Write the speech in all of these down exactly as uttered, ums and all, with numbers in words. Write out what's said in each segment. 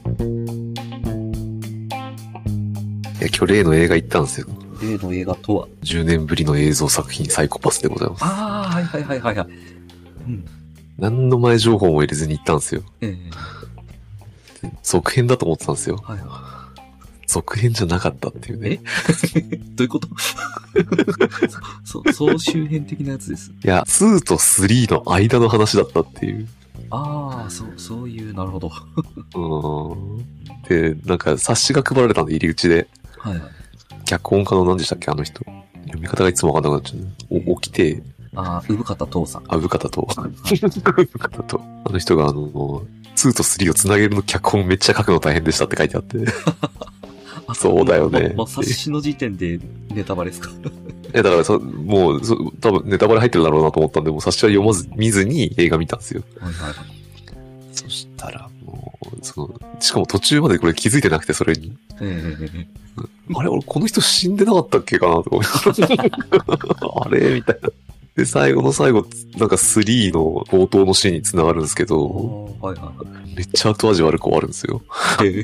いや、今日例の映画行ったんですよ。 例の映画とはじゅうねんぶりの映像作品サイコパスでございます。 ああ、はいはいはいはいはい。うん。 何の前情報も入れずに行ったんですよ。 ええ。 続編だと思ってたんですよ。 はいはい。 続編じゃなかったっていうね。 えどういうことそ、そ、総集編的なやつです。 いや、にとさんの間の話だったっていう。 ああ、そう、そういう、なるほど。 うーん。で、なんか冊子が配られたんで入り口で。 はいはい。 脚本家の何でしたっけあの人。読み方がいつもわかんなくなっちゃう。お、起きて。 ああ、産方父さん。 あ、産方と。産方と。あの人があの、にとさんをつなげるの脚本めっちゃ書くの大変でしたって書いてあって。そうだよね。 ま、ま、冊子の時点でネタバレですか？ え、だからそ、もう、そ多分ネタバレ入ってるだろうなと思ったんで、もう冊子は読まず、見ずに映画見たんですよ。 はいはいはい。 そしたら、もう、その、しかも途中までこれ気づいてなくて、それに。 ええええ、 あれ俺この人死んでなかったっけかなとか思ってあれみたいな。で、最後の最後、なんかスリーの冒頭のシーンに繋がるんですけど、 はいはい。 めっちゃ後味悪く終わるんですよ。 い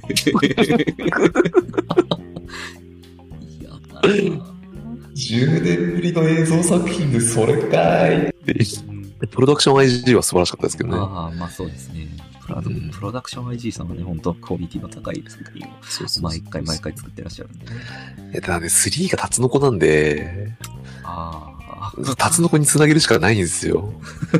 やだじゅうねんぶりの映像作品でそれかいってプロダクション アイジー は素晴らしかったですけどね。 ああ、まあそうですね。プロ、うん、プロダクション アイジー さんはね、本当クオリティの高い作品を毎回毎回作ってらっしゃるんでね。 いや、ただね、スリーがタツノコなんで、 ああ。 タツノコにつなげるしかないんですよ。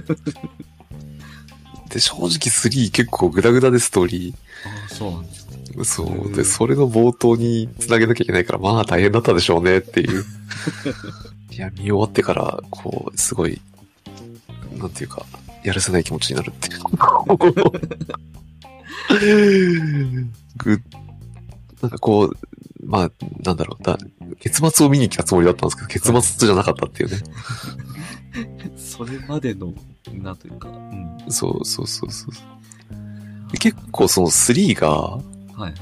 で、正直スリー結構グダグダでストーリー。 ああ、そうなんですね。 そう。で、それの冒頭につなげなきゃいけないから、まあ大変だったでしょうねっていう。いや、見終わってから、こう、すごい、なんていうか、やるせない気持ちになるっていう。ぐ、なんかこう、まあ、なんだろう、だ、結末を見に来たつもりだったんですけど、結末じゃなかったっていうね。 それまでの、なんというか、うん。 そうそうそうそう。結構そのスリーが、はいはい、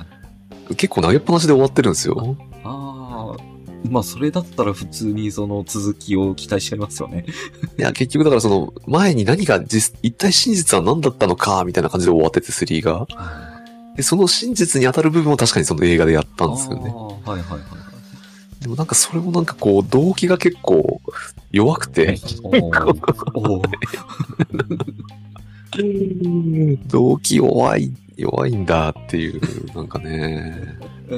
結構投げっぱなしで終わってるんですよ。 ああ、まあそれだったら普通にその続きを期待しちゃいますよね。 いや、結局だからその前に何が実、一体真実は何だったのか、みたいな感じで終わっててスリーが。で、その真実に当たる部分を確かにその映画でやったんですよね。 はいはいはい。 でもなんかそれもなんかこう、動機が結構弱くて。動機弱い、弱いんだっていう、なんかね。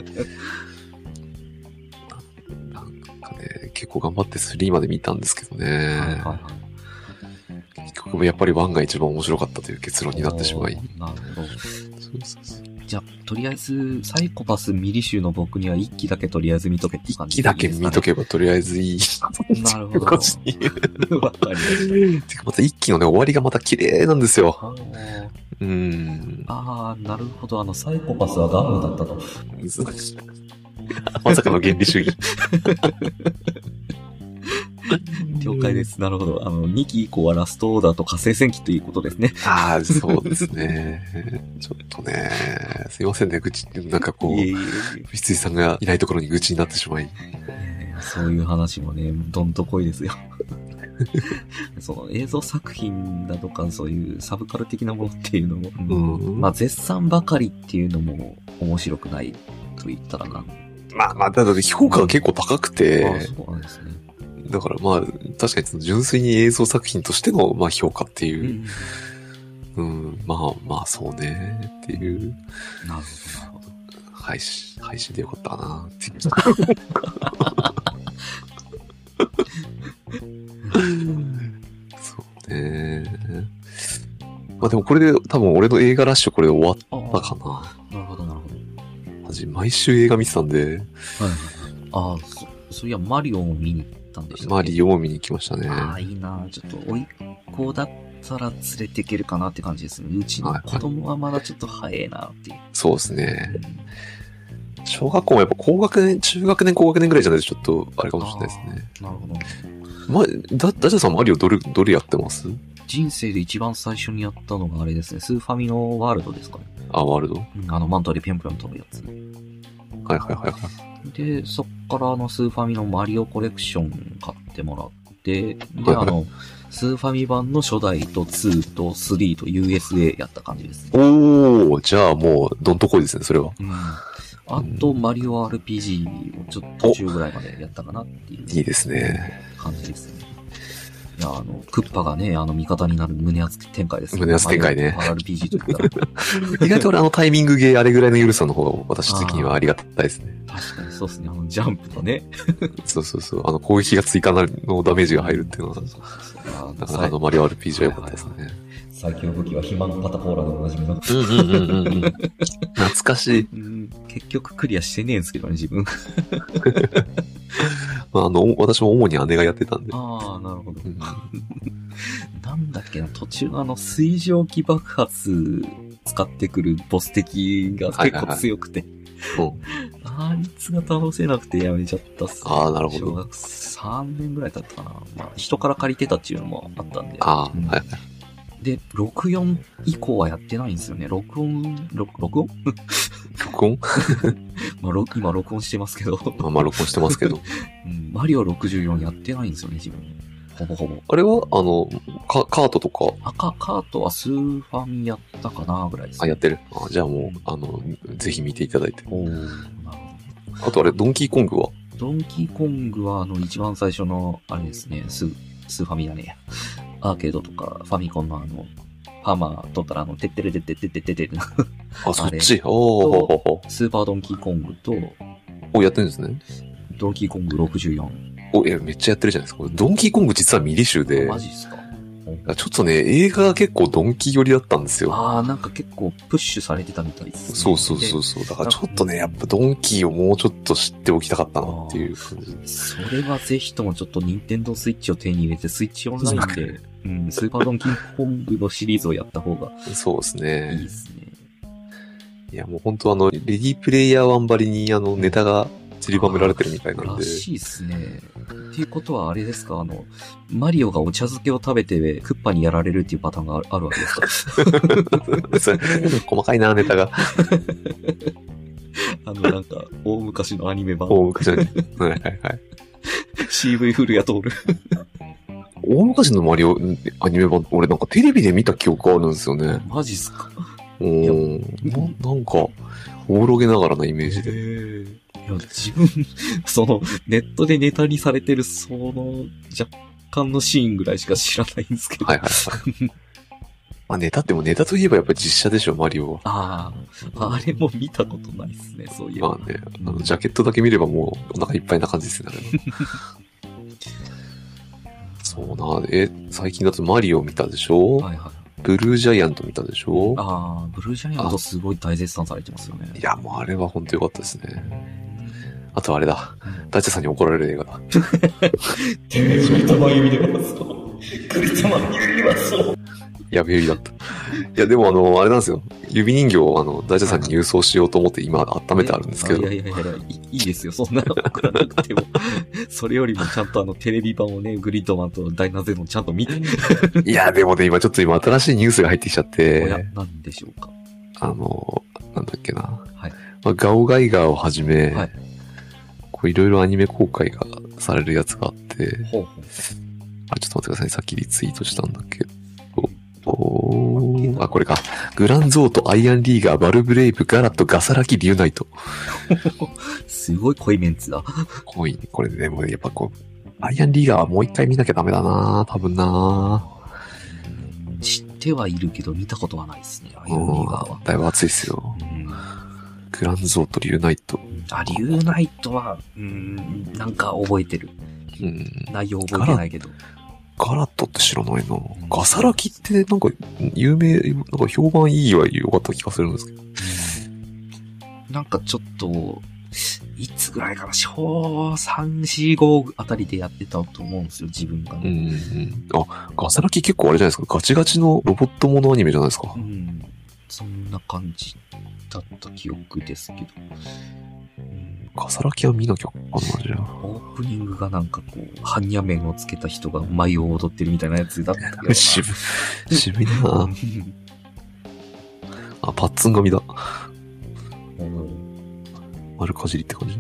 なんかね、結構頑張ってスリーまで見たんですけどね。はいはいはい、結局やっぱりワンが一番面白かったという結論になってしまい。 なるほど。そうそうそう。じゃあ、とりあえず、サイコパスミリ集の僕には一期だけとりあえず見とけって感じですかね。 一期だけ見とけばとりあえずいい。 なるほど。わかりました。 てかまた一期のね、終わりがまた綺麗なんですよ。うん。 ああ、なるほど。あの、サイコパスはガムだったと。 まさかの原理主義。 了解です。なるほど。あの、にき以降はラストオーダーと火星戦記ということですね。 ああ、そうですね。ちょっとね、すいませんね、愚痴、なんかこう、羊さんがいないところに愚痴になってしまい。 そういう話もね、どんと濃いですよ。その映像作品だとか、そういうサブカル的なものっていうのも、うん、まあ絶賛ばかりっていうのも面白くないと言ったらな。 まあまあ、だって評価が結構高くて、 ああ、そうなんですね。 だからまあ、確かにその純粋に映像作品としてのまあ評価っていう、うん、うん、まあまあそうねっていう。 なるほど、なるほど。 配信、配信でよかったなっていう。そうね。まあでもこれで多分俺の映画ラッシュこれで終わったかな。 なるほど、なるほど。 マジ、毎週映画見てたんで。はいはい。 ああ、そ、そういや、マリオも見に行ったんでしたっけ？ マリオも見に行きましたね。 ああ、いいな。ちょっと、甥っ子だったら連れていけるかなって感じですね。うちの子供はまだちょっと早いなっていう。はいはい、 そうですね。うん、小学校もやっぱ高学年、中学年、高学年ぐらいじゃないとちょっと、あれかもしれないですね。 なるほど。 ま、だ、ダジャさんマリオどれ、どれやってます？ 人生で一番最初にやったのがあれですね。スーファミのワールドですかね。 あ、ワールド、 うん、あの、マントでぴょんぴょん飛ぶやつ。 はいはいはいはい。 で、そっからあの、スーファミのマリオコレクション買ってもらって、で、あの、 スーファミ版の初代とにとさんと ユーエスエー やった感じですね。 おー、じゃあもう、どんとこいですね、それは。 うん。あと、マリオ アールピージー をちょっと途中ぐらいまでやったかなっていう。 いいですね。 感じですね。いや、あの、クッパがね、あの、味方になる胸熱展開ですね。 胸熱展開ね。 アールピージー と言ったら。 意外と俺あのタイミングゲーあれぐらいの緩さの方が私的にはありがたいですね。 確かにそうですね。あの、ジャンプとね。 そうそうそう。あの、攻撃が追加のダメージが入るっていうのは、そうそうそうだからあの、マリオ アールピージー は良かったですね。はいはいはい、 最強武器は肥満パタポーラでおなじみの。 うんうんうんうん。懐かしい。 うん、結局クリアしてねえんですけどね、自分。 まあ、あの、私も主に姉がやってたんで。 ああ、なるほど。うん、なんだっけな、途中のあの、水蒸気爆発使ってくるボス敵が結構強くて。はいはいはいあいつが倒せなくてやめちゃったっすね。 ああ、なるほど。 小学さんねんぐらい経ったかな。まあ、人から借りてたっていうのもあったんで。 ああ、 うん、 はい。 で、ろくじゅうよん以降はやってないんですよね。録音、録録音録音まあ、今録音してますけど。 まあ、まあ、録音してますけど。 うん、マリオろくじゅうよんやってないんですよね、自分。ほぼほぼ。 あれはあの、カカートとかあ、カカートはスーファミやったかなぐらいです、 ね。あ、やってる。あ、じゃあもう、あの、ぜひ見ていただいて。 おー、なるほど。 あとあれ、ドンキーコングはドンキーコングは、あの、一番最初の、あれですね、ス、スーファミだね。アーケードとか、ファミコンのあの、ハマー取ったら、あの、てってれてってってってってって。 あ、そっちおー。 スーパードンキーコングと、 お、やってるんですね。 ドンキーコングろくじゅうよん。 お、いや、めっちゃやってるじゃないですか。ドンキーコング実はミリ集で。 マジっすか？ ちょっとね、映画が結構ドンキー寄りだったんですよ。 ああ、なんか結構プッシュされてたみたいですね。 そうそうそうそう。だからちょっとね、やっぱドンキーをもうちょっと知っておきたかったなっていう感じ。 それはぜひともちょっとニンテンドースイッチを手に入れて、スイッチオンラインで、うん、スーパードンキーコングのシリーズをやった方がそうですね。 いいですね。 いや、もう本当あの、レディープレイヤーワンばりにあの、ネタが散りばめられてるみたいなんで。 らしいですね。っていうことはあれですか、あの、マリオがお茶漬けを食べてクッパにやられるっていうパターンがあるわけですか細かいな、ネタが。 あの、なんか、大昔のアニメ版。 大昔のアニメ。はいはいはい。 シーブイ フルや通る。 大昔のマリオアニメ版、俺なんかテレビで見た記憶あるんですよね。 マジっすか？ うん。な、なんか、おぼろげながらなイメージで。 いや、自分、その、ネットでネタにされてる、その、若干のシーンぐらいしか知らないんですけど。 はいはいはい。まあネタってもネタといえばやっぱり実写でしょ、マリオは。 ああ、あれも見たことないですね、そういえば。 まあね、あの、ジャケットだけ見ればもうお腹いっぱいな感じですね。そうな、え、最近だとマリオ見たでしょ？はいはい。ブルージャイアント見たでしょ？ ああ、ブルージャイアントすごい大絶賛されてますよね。 いや、もうあれは本当良かったですね。あとあれだ。大地さんに怒られる映画だ。 てめえ、栗玉指でますと。栗玉指でますと。 やべえ指だった。いや、でもあの、あれなんですよ。指人形をあの、大地さんに郵送しようと思って今温めてあるんですけど。 いやいやいやいや、いいですよ。そんなの送らなくても。それよりもちゃんとあの、テレビ版をね、グリッドマンとダイナゼノンちゃんと見て。 いや、でもね、今ちょっと今新しいニュースが入ってきちゃって。 おや、なんでしょうか。 あの、なんだっけな。 はい。 まあ、ガオガイガーをはじめ、 はい。 こういろいろアニメ公開がされるやつがあって。 ほうほう。 あ、ちょっと待ってください。さっきリツイートしたんだけど。おー、あ、これか。グランゾート、アイアンリーガー、バルブレイブ、ガラット、ガサラキ、リューナイト。 すごい濃いメンツだ。 濃い。これでもやっぱこう、アイアンリーガーはもう一回見なきゃダメだな多分な知ってはいるけど見たことはないですね、アイアンリーガーは。 だいぶ熱いっすよ。グランゾート、リューナイト。 あ、リューナイトは、うん、なんか覚えてる。うん。内容覚えてないけど。 ガラットって知らないな。ガサラキってなんか有名、なんか評判いいは良かった気がするんですけど。 なんかちょっと、いつぐらいかな、小さん、よん、ごあたりでやってたと思うんですよ、自分がね。 うんうん。あ、ガサラキ結構あれじゃないですか。ガチガチのロボットものアニメじゃないですか。 うん。そんな感じだった記憶ですけど。 ガサラキは見なきゃかな、じゃあ。 オープニングがなんかこう、般若面をつけた人が舞を踊ってるみたいなやつだったけど。 渋、渋いなあ、パッツン髪だ。丸かじりって感じ。い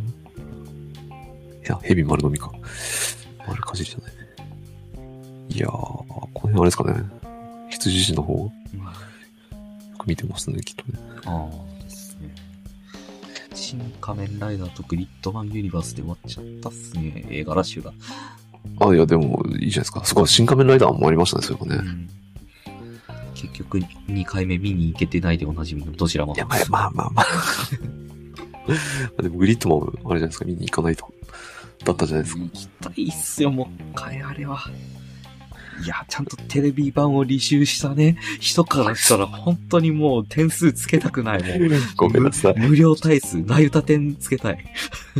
や、ヘビ丸飲みか。丸かじりじゃないね。いやー、 辺あれですかね。羊児の方、よく見てますね、きっとね。 ああ、ですね。新仮面ライダーとグリッドマンユニバースで終わっちゃったっすね、映画ラッシュが。 あ、いや、でも、いいじゃないですか。そこは新仮面ライダーもありましたね、そういえばね。うん、 結局、にかいめ見に行けてないでおなじみのどちらも。 いや、まあまあまあまあ。でも、グリッドマン、あれじゃないですか、見に行かないと。だったじゃないですか。 行きたいっすよ、もう一回あれは。いや、ちゃんとテレビ版を履修したね、人からしたら本当にもう点数つけたくない、もう。 ごめんなさい。 無料対数、なゆた点つけたい。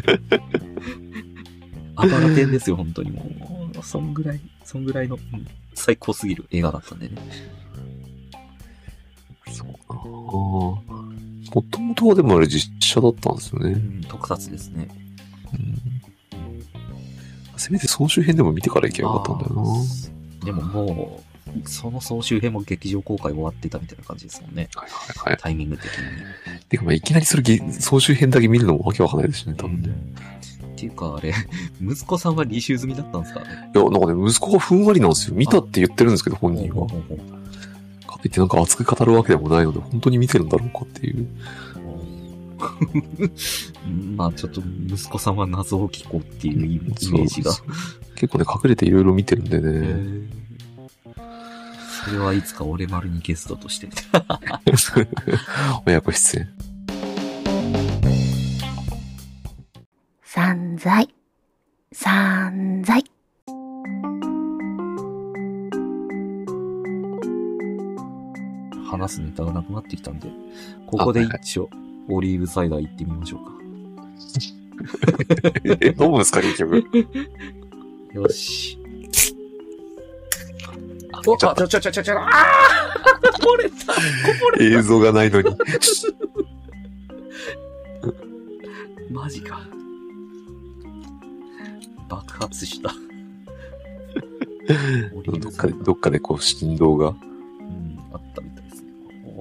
アパラ点ですよ、本当にもう。そんぐらい、そんぐらいの、うん、最高すぎる映画だったんでね。 そうか。もともとはでもあれ実写だったんですよね。 うん、特撮ですね。うん、 せめて総集編でも見てから行けばよかったんだよな。 でももう、その総集編も劇場公開終わってたみたいな感じですもんね。 はいはいはい。 タイミング的に。 てかまあいきなりそれ総集編だけ見るのもわけわかんないですね、多分ね。 うん、っていうかあれ、息子さんは履修済みだったんですかね。 いや、なんかね、息子がふんわりなんですよ。見たって言ってるんですけど、本人は。かといってなんか熱く語るわけでもないので、本当に見てるんだろうかっていう。 まあちょっと息子さんは謎を聞こうっていうイメージが。 結構ね、隠れていろいろ見てるんでね。 それはいつか俺丸にゲストとして。 親子出演。 散財。散財。 話すネタがなくなってきたんで、ここで一応、オリーブサイダー行ってみましょうか。 え、飲むんですか、結局。 よし。あ、ちょ、ちょ、ちょ、ちょ、ちょ、ちょ、あーこぼれたこぼれた映像がないのに。 マジか。爆発した。 どっかで、どっかでこう振動が。 うん、あったみたいですね。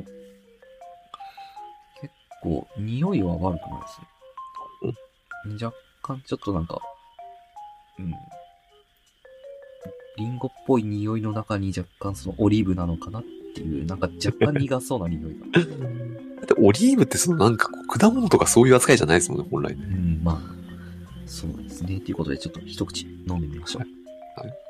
結構、匂いは悪くないですね。若干ちょっとなんか、うん。リンゴっぽい匂いの中に若干そのオリーブなのかなっていう、なんか若干苦そうな匂いが。 だってオリーブってそのなんかこう果物とかそういう扱いじゃないですもんね、本来ね。 うん、まあ、そうですね。ということでちょっと一口飲んでみましょう。はいはい、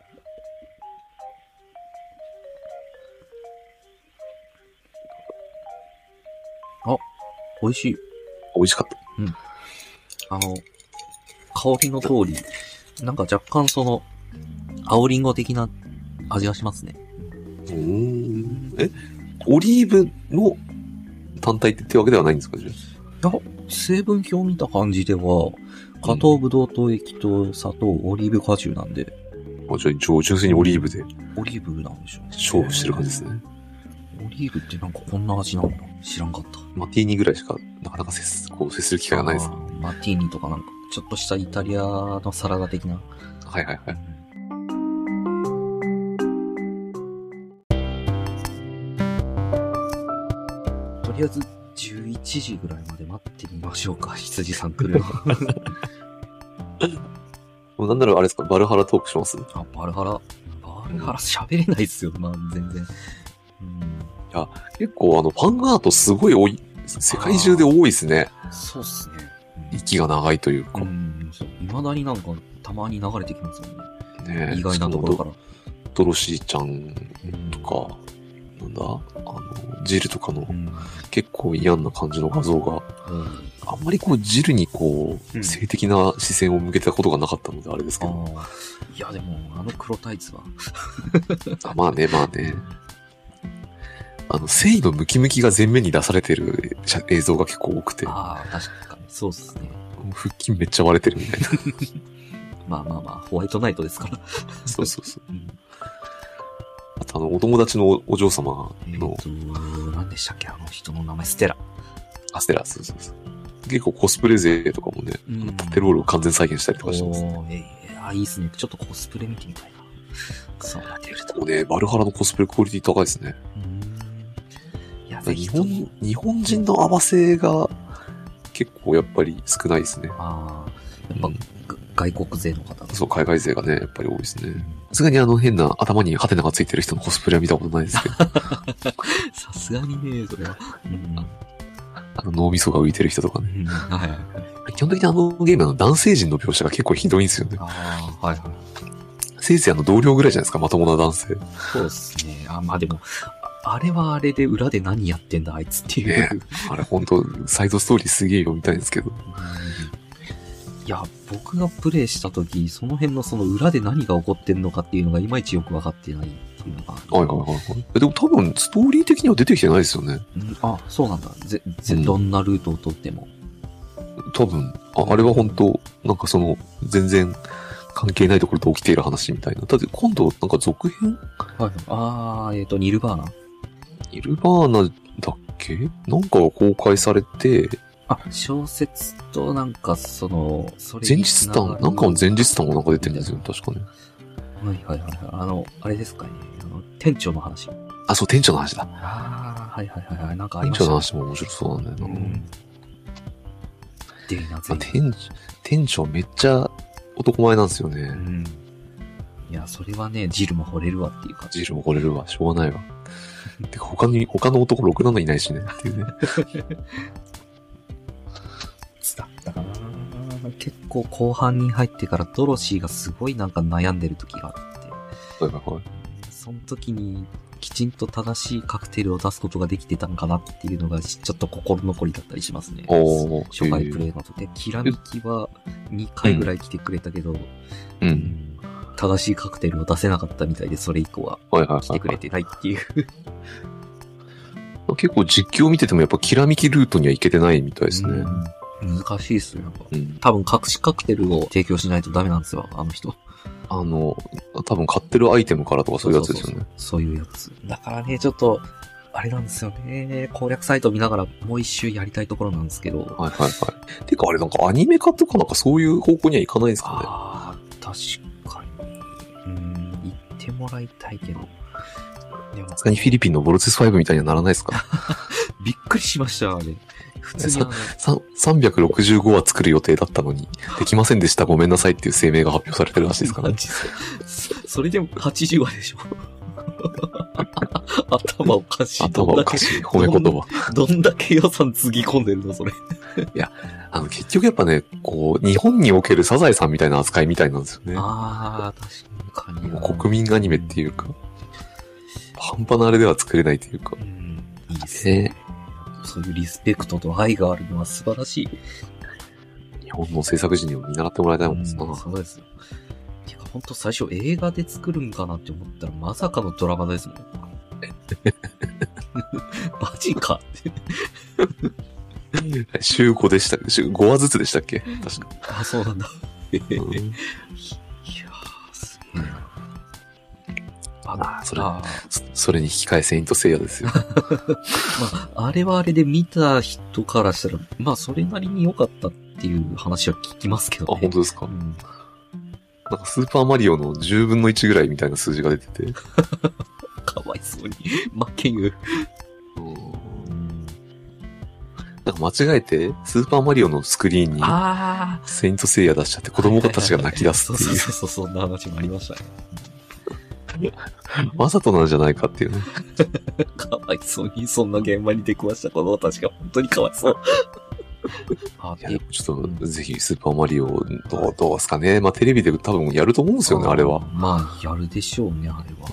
あ、美味しい。 美味しかった。 うん。あの、香りの通り、なんか若干その、青リンゴ的な味がしますね。 うーん。え、オリーブの単体ってってわけではないんですか、じゃあ。いや、成分表を見た感じでは、加糖ブドウ糖液と砂糖、オリーブ果汁なんで。 あ、じゃあ一応純粋にオリーブで。 オリーブなんでしょうね。 勝負してる感じですね。 オリーブってなんかこんな味なんだ。知らんかった。 マティーニぐらいしかなかなか接す、こう接する機会がないです。 マティーニとかなんか、ちょっとしたイタリアのサラダ的な。 はいはいはい。 とりあえずじゅういちじぐらいまで待ってみましょうか、羊さん来るの。 もうなんならあれですか、バルハラトークします？ あ、バルハラ。バルハラ喋れないっすよ、まあ全然。 うん、いや、結構あの、ファンアートすごい多い、世界中で多いですね。 そうっすね。 息が長いというか。 うん、そう。未だになんかたまに流れてきますもんね。 ねえ。 意外なところから。 ドロシーちゃんとか、うん、なんだあの、ジルとかの、うん、結構嫌な感じの画像が、うん、あんまりこう、ジルにこう、うん、性的な視線を向けたことがなかったのであれですけど。 あいや、でも、あの黒タイツは。 あまあね、まあね。あの、繊維のムキムキが前面に出されてる映像が結構多くて。 ああ、確かに。そうっすね。 腹筋めっちゃ割れてるみたいな。 まあまあまあ、ホワイトナイトですから。 そうそうそう。うん、あとあの、お友達のお嬢様の。えーと、何でしたっけあの人の名前、ステラ。 あ、ステラ、そうそうそう。結構コスプレ勢とかもね、うん、タテロールを完全再現したりとかしてます、ね。 えー、あ、いいっすね。ちょっとコスプレ見てみたいな。そうなってると。 もうね、バルハラのコスプレクオリティ高いですね。うんいや日本、日本人の合わせが結構やっぱり少ないですね。 ああ。やっぱ、うん、 外国勢の方。 そう、海外勢がね、やっぱり多いですね。さすがにあの変な頭にハテナがついてる人のコスプレは見たことないですけど。 さすがにね、それは。うん、 あの脳みそが浮いてる人とかね。 うん、はいはい。 基本的にあのゲームの男性陣の描写が結構ひどいんですよね。 ああ、はいはい。 せいぜいあの同僚ぐらいじゃないですか、まともな男性。 そうですね。あ、まあでも、あれはあれで裏で何やってんだあいつっていう。 ね、あれ本当サイドストーリーすげえ読みたいんですけど。 いや、僕がプレイしたとき、その辺のその裏で何が起こってんのかっていうのがいまいちよくわかってないっていうのが。 はいはいはいはい。でも多分ストーリー的には出てきてないですよね。 うん、あ、そうなんだ。ぜ、ぜ、どんなルートを取っても。 多分、あ、あれは本当なんかその、全然関係ないところで起きている話みたいな。だって今度なんか続編はい。あー、えっと、ニルバーナニルバーナだっけなんかが公開されて、 あ、小説となんかその、それ前日談、なんかの前日談がなんか出てるんですよ、確かね。 はいはいはいはい。あの、あれですかね。あの、店長の話。 あ、そう、店長の話だ。 ああ、はいはいはいはい。なんかありました、 店長の話も面白そうなんだよな。うん。 で、なぜ、 まあ、店、店長めっちゃ男前なんですよね。うん。 いや、それはね、ジルも惚れるわっていうか。 ジルも惚れるわ。しょうがないわ。てか他に、他の男ろくなのいないしね。っていうね。 だったかな。結構後半に入ってからドロシーがすごいなんか悩んでる時があって。 はいはいはい。 その時にきちんと正しいカクテルを出すことができてたんかなっていうのがちょっと心残りだったりしますね。 お初回プレイの時で、キラミキはにかいぐらい来てくれたけど、うん、うん、正しいカクテルを出せなかったみたいで、それ以降は来てくれてないっていう。 結構実況見ててもやっぱキラミキルートには行けてないみたいですね。 うん、難しいっすよ、やっぱ。うん、多分隠しカクテルを提供しないとダメなんですよ、あの人。 あの、多分買ってるアイテムからとかそういうやつですよね。 そういうやつ。だからね、ちょっと、あれなんですよね。攻略サイト見ながらもう一周やりたいところなんですけど。 はいはいはい。てかあれなんかアニメ化とかなんかそういう方向にはいかないんですかね。 ああ、確かに。うん、言ってもらいたいけど。 でもさすがにフィリピンのボルツェスファイブみたいにはならないですか？ びっくりしました、あれ。普通にあのさんびゃくろくじゅうごわ作る予定だったのに、できませんでした、ごめんなさいっていう声明が発表されてるらしいですからね。 それでもはちじゅうわでしょ。頭おかしい。 頭おかしい。褒め言葉。 どんだけ予算つぎ込んでるの、それ。 いや、あの、結局やっぱね、こう、日本におけるサザエさんみたいな扱いみたいなんですよね。 ああ、確かに。 もう国民アニメっていうか、半端なあれでは作れないというか。 うん、いいですね。そういうリスペクトと愛があるのは素晴らしい。 日本の制作陣にも見習ってもらいたいもんですな。 うん、そうですよ。てか、ほんと最初映画で作るんかなって思ったら、まさかのドラマですもん。マジかって。 週ごでしたっけ？週ごわずつでしたっけ？確か。 あ、そうなんだ。うん、いやー、すげえな。 ああ、それ、それに引き換えセイントセイヤですよ。 まあ、あれはあれで見た人からしたら、まあ、それなりに良かったっていう話は聞きますけどね。 あ、本当ですか？うん、なんかスーパーマリオのじゅうぶんのいちぐらいみたいな数字が出てて。 かわいそうに。負けゆ。 なんか間違えて、スーパーマリオのスクリーンに、セイントセイヤ出しちゃって子供たちが泣き出すっていう。 そうそうそう、そんな話もありましたね。 わざとなんじゃないかっていうね。 かわいそうに、そんな現場に出くわした子供たちが本当にかわいそう。 あいや、でもちょっと、ぜひスーパーマリオ、どう、どうですかね。まあ、テレビで多分やると思うんですよね、あれは。 まあ、やるでしょうね、あれは。うん、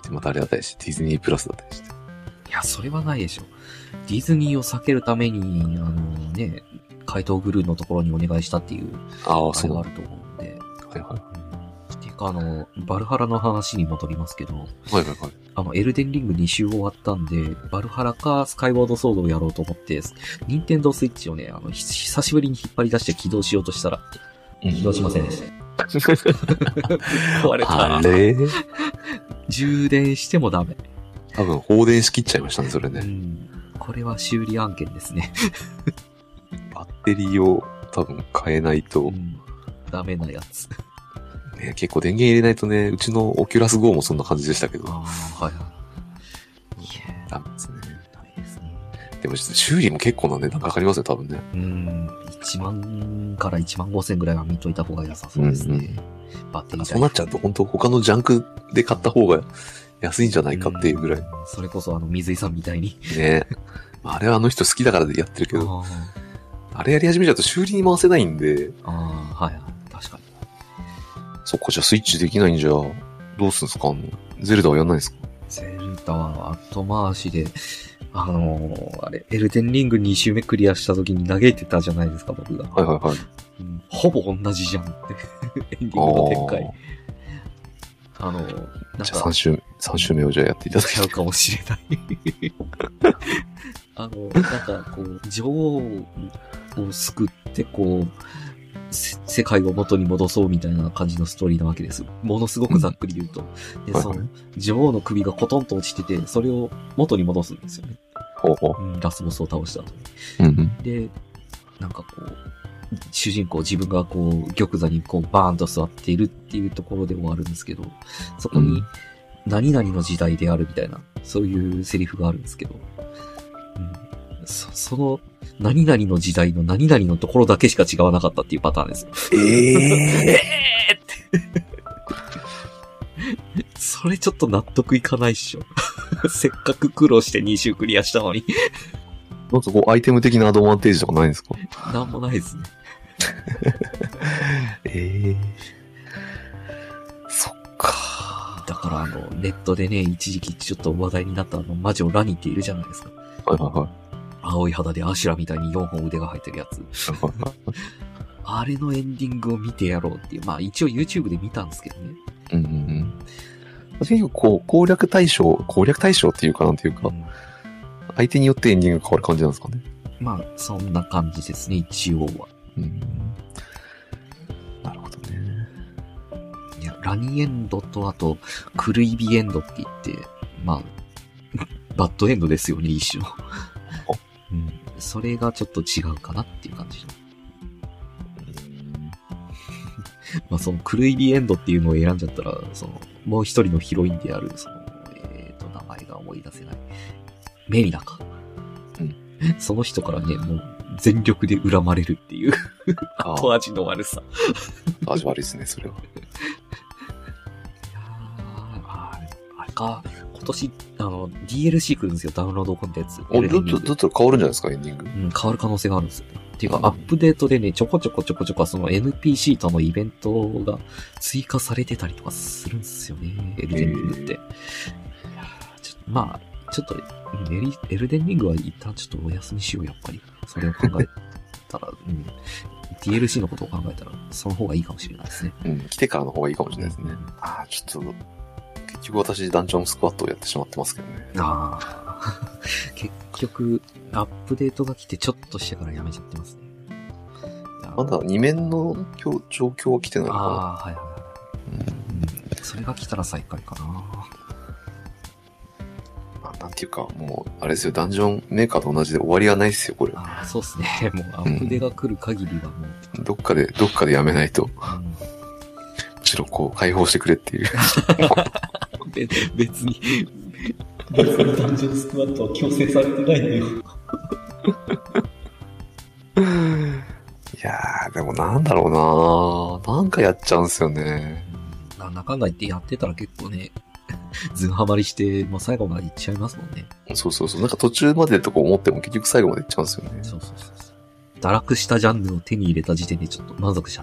またあれだったりして、ディズニープラスだったりして。 いや、それはないでしょ。ディズニーを避けるために、あのね、怪盗グルーのところにお願いしたっていう、 ああ、そう。 あれがあると思うんで。 はいはい。 ていうか、あの、バルハラの話に戻りますけど、はいはいはい。 あの、エルデンリングに周終わったんで、バルハラかスカイワードソードをやろうと思って、ニンテンドースイッチをね、あの、久しぶりに引っ張り出して起動しようとしたら、起動しませんでした。壊れた。 あれ充電してもダメ。 多分放電しきっちゃいましたね、それね。うん、 これは修理案件ですね。 バッテリーを多分変えないと。うん、 ダメなやつ。 ね、結構電源入れないとね、うちのオキュラスゴーもそんな感じでしたけど。 ああ、はいはい。 ダメですね。 ダメですね。 でも修理も結構な値段かかりますよ、多分ね。 うん。いちまんからいちまんごせんぐらいは見といた方が良さそうですね。うんうん、バッテリー。 そうなっちゃうと本当他のジャンクで買った方が安いんじゃないかっていうぐらい。うん、 それこそあの水井さんみたいに。 ね。あれはあの人好きだからでやってるけど、あ, あれやり始めちゃうと修理に回せないんで。 ああ、はいはい。確かに。 そっか、じゃあスイッチできないんじゃ、どうすんすか？あの、ゼルダはやんないですか？ ゼルダは後回しで、あのー、あれ、エルデンリングに周目クリアした時に嘆いてたじゃないですか、僕が。 はいはいはい。 うん、ほぼ同じじゃんって。エンディングの展開。あのー、なんか。 じゃあさん周、三周目をじゃあやっていただきちゃうかもしれない。あの、なんかこう、女王を救って、こう、世界を元に戻そうみたいな感じのストーリーなわけです。ものすごくざっくり言うと。で、その、女王の首がコトンと落ちてて、それを元に戻すんですよね。 ほうほう。 うん、ラスボスを倒した後に。 うんうん、 で、なんかこう、主人公自分がこう、玉座にこう、バーンと座っているっていうところで終わるんですけど、そこに、何々の時代であるみたいな、そういうセリフがあるんですけど、うん、そ, その、何々の時代の何々のところだけしか違わなかったっていうパターンですよ。 えー、えーってそれちょっと納得いかないっしょ。せっかく苦労してに周クリアしたのに。 なんかこうアイテム的なアドバンテージとかないんですか？ なんもないですね。 えー、そっか。 だからあの、ネットでね、一時期ちょっと話題になったあの、魔女ラニっているじゃないですか。 はいはいはい。 青い肌でアシュラみたいによんほん腕が生えてるやつ。あれのエンディングを見てやろうっていう。まあ一応 YouTube で見たんですけどね。 うんうんうん。結構こう、攻略対象、攻略対象っていうかなんていうか、うん、相手によってエンディングが変わる感じなんですかね。 まあ、そんな感じですね、一応は。 うん。なるほどね。 いや、ラニエンドとあと、クルイビエンドって言って、まあ、バッドエンドですよね、一種の。うん。それがちょっと違うかなっていう感じ。まあそのクルイビエンドっていうのを選んじゃったら、その、もう一人のヒロインである、その、えっと、名前が思い出せない。メリナか。 うん。 その人からね、もう全力で恨まれるっていう後味の悪さ。 味悪いですね、それは。いやー、あれ、あれか。今年、あの、ディーエルシー 来るんですよ、ダウンロードコンテンツ。 あ、ずっと、ずっと変わるんじゃないですか、エンディング。 うん、変わる可能性があるんですよね。っていうか、アップデートでね、ちょこちょこちょこちょこその エヌピーシー とのイベントが追加されてたりとかするんですよね、エルデンリングって。いやちょまあ、ちょっとエリ、エルデンリングは一旦ちょっとお休みしよう、やっぱり。それを考えたら、うん。ディーエルシー のことを考えたら、その方がいいかもしれないですね。 うん、来てからの方がいいかもしれないですね。うん、ああ、ちょっと、結局私ダンジョンスクワットをやってしまってますけどね。 ああ。結局、アップデートが来てちょっとしてからやめちゃってますね。 まだに面の状況は来てないのかな。 ああ、はいはいはい、うん。それが来たら再開かな。 まあ、なんていうか、もう、あれですよ、ダンジョンメーカーと同じで終わりはないですよ、これ。 ああ、そうですね。もうアップデが来る限りはもう、 うん。どっかで、どっかでやめないと。うん、むしろこう、解放してくれっていう。 別に、別にダンジョンスクワットは強制されてないんだよ。 いやー、でもなんだろうなー。なんかやっちゃうんすよね。 なんだかんだ言ってやってたら結構ね、ずんはまりして、もう最後まで行っちゃいますもんね。 そうそうそう。なんか途中までとか思っても結局最後まで行っちゃうんですよね。 そうそうそうそう。堕落したジャンルを手に入れた時点でちょっと満足しちゃって。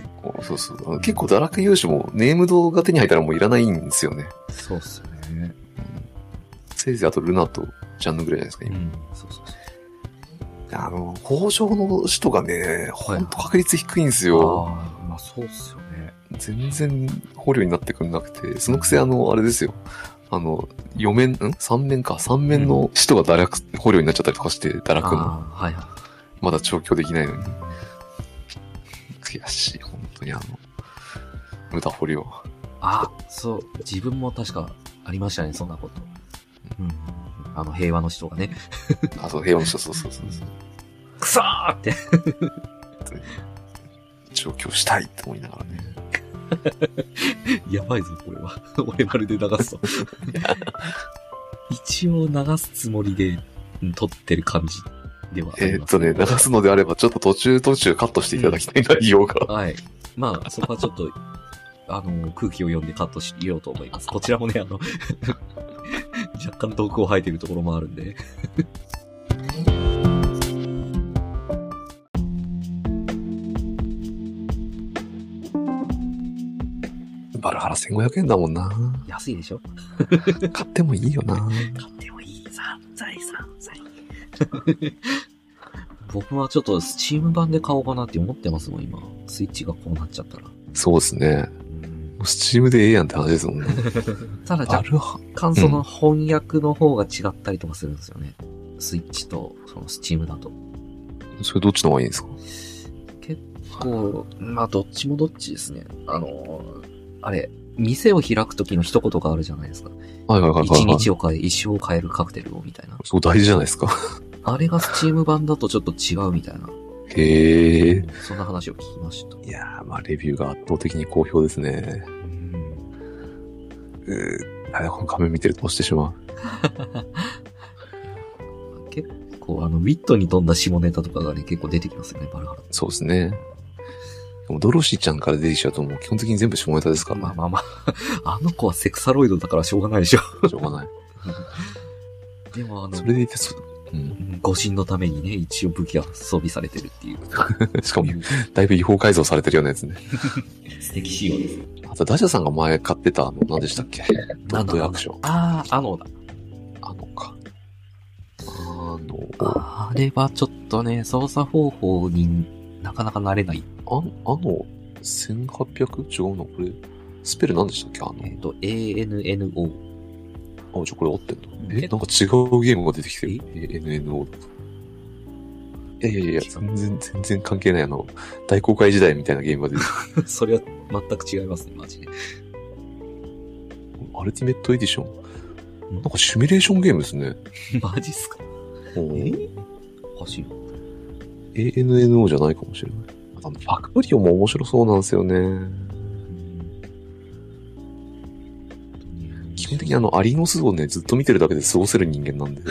おそうそう。結構堕落勇士もネームドが手に入ったらもういらないんですよね。 そうっすよね。 せいぜいあとルナとジャンヌぐらいじゃないですか、今。 うん、そうそうそう。 あの、北条の人がね、ほんと確率低いんですよ。 ああ、まあそうっすよね。 全然捕虜になってくんなくて、そのくせあの、あれですよ。あの、よ面、ん ?さん 面か。さん面の人が堕落、捕虜になっちゃったりとかして、堕落の。 はいはい。 まだ調教できないのに。悔しい、本当にあの、無駄捕虜。 あ、そう。自分も確かありましたね、そんなこと。うん。あの、平和の人がね。 あ、そう、平和の人、そうそうそうそう。 くそーって。 調教したいって思いながらね。 やばいぞ、これは。俺まるで流すと。一応流すつもりで撮ってる感じではあえります、 ーっとね、流すのであれば、ちょっと途中途中カットしていただきたい内容が。 はい。まあ、そこはちょっと、あの、空気を読んでカットしようと思います。こちらもね、あの、若干毒を吐いてるところもあるんで。 バルハラせんごひゃくえんだもんな。 安いでしょ？ 買ってもいいよな。 買ってもいい。散財散財。僕はちょっとスチーム版で買おうかなって思ってますもん、今。スイッチがこうなっちゃったら。 そうですね。スチームでええやんって話ですもんね。 ただ、若干その翻訳の方が違ったりとかするんですよね。うん、スイッチとそのスチームだと。 それどっちの方がいいんですか？ 結構、まあどっちもどっちですね。あの、あれ、店を開くときの一言があるじゃないですか。 はいはいはい、はい。 一日を変え、一生を変えるカクテルをみたいな。 そう大事じゃないですか。 あれがスチーム版だとちょっと違うみたいな。 へえ。 そんな話を聞きました。 いやー、まあレビューが圧倒的に好評ですね。うん。うー、あれ、この画面見てると押してしまう。 結構あの、ウィットに富んだ下ネタとかがね、結構出てきますよね、バルハラ。 そうですね。でもドロシーちゃんから出てきちゃうともう基本的に全部下ネタですからね。 まあまあまあ。あの子はセクサロイドだからしょうがないでしょ。 しょうがない。 でもあの、 それでいてそ、 うん、護身のためにね、一応武器が装備されてるっていう。 しかも、だいぶ違法改造されてるようなやつね。 素敵仕様です。 あと、ダジャさんが前買ってた、あの、何でしたっけ？ドットアクション。 ああ、あのだ。 あのか。あの。 あれはちょっとね、操作方法になかなか慣れない。 あ、あの、せんはっぴゃく？違うのこれ。スペル何でしたっけ？あの。 えっと、エーエヌエヌオー。 あ、じゃあこれ合ってんの？え、なんか違うゲームが出てきてる。エーエヌエヌオー だと。いやいやいや、全然、全然関係ないあの、大公開時代みたいなゲームが出てきてる。 それは全く違いますね、マジで。 アルティメットエディション。なんかシミュレーションゲームですね。 マジっすか？えおかしいな。 エーエヌエヌオー じゃないかもしれない。あの、ファクトリオも面白そうなんですよね。基本的にあの、アリの巣をね、ずっと見てるだけで過ごせる人間なんで。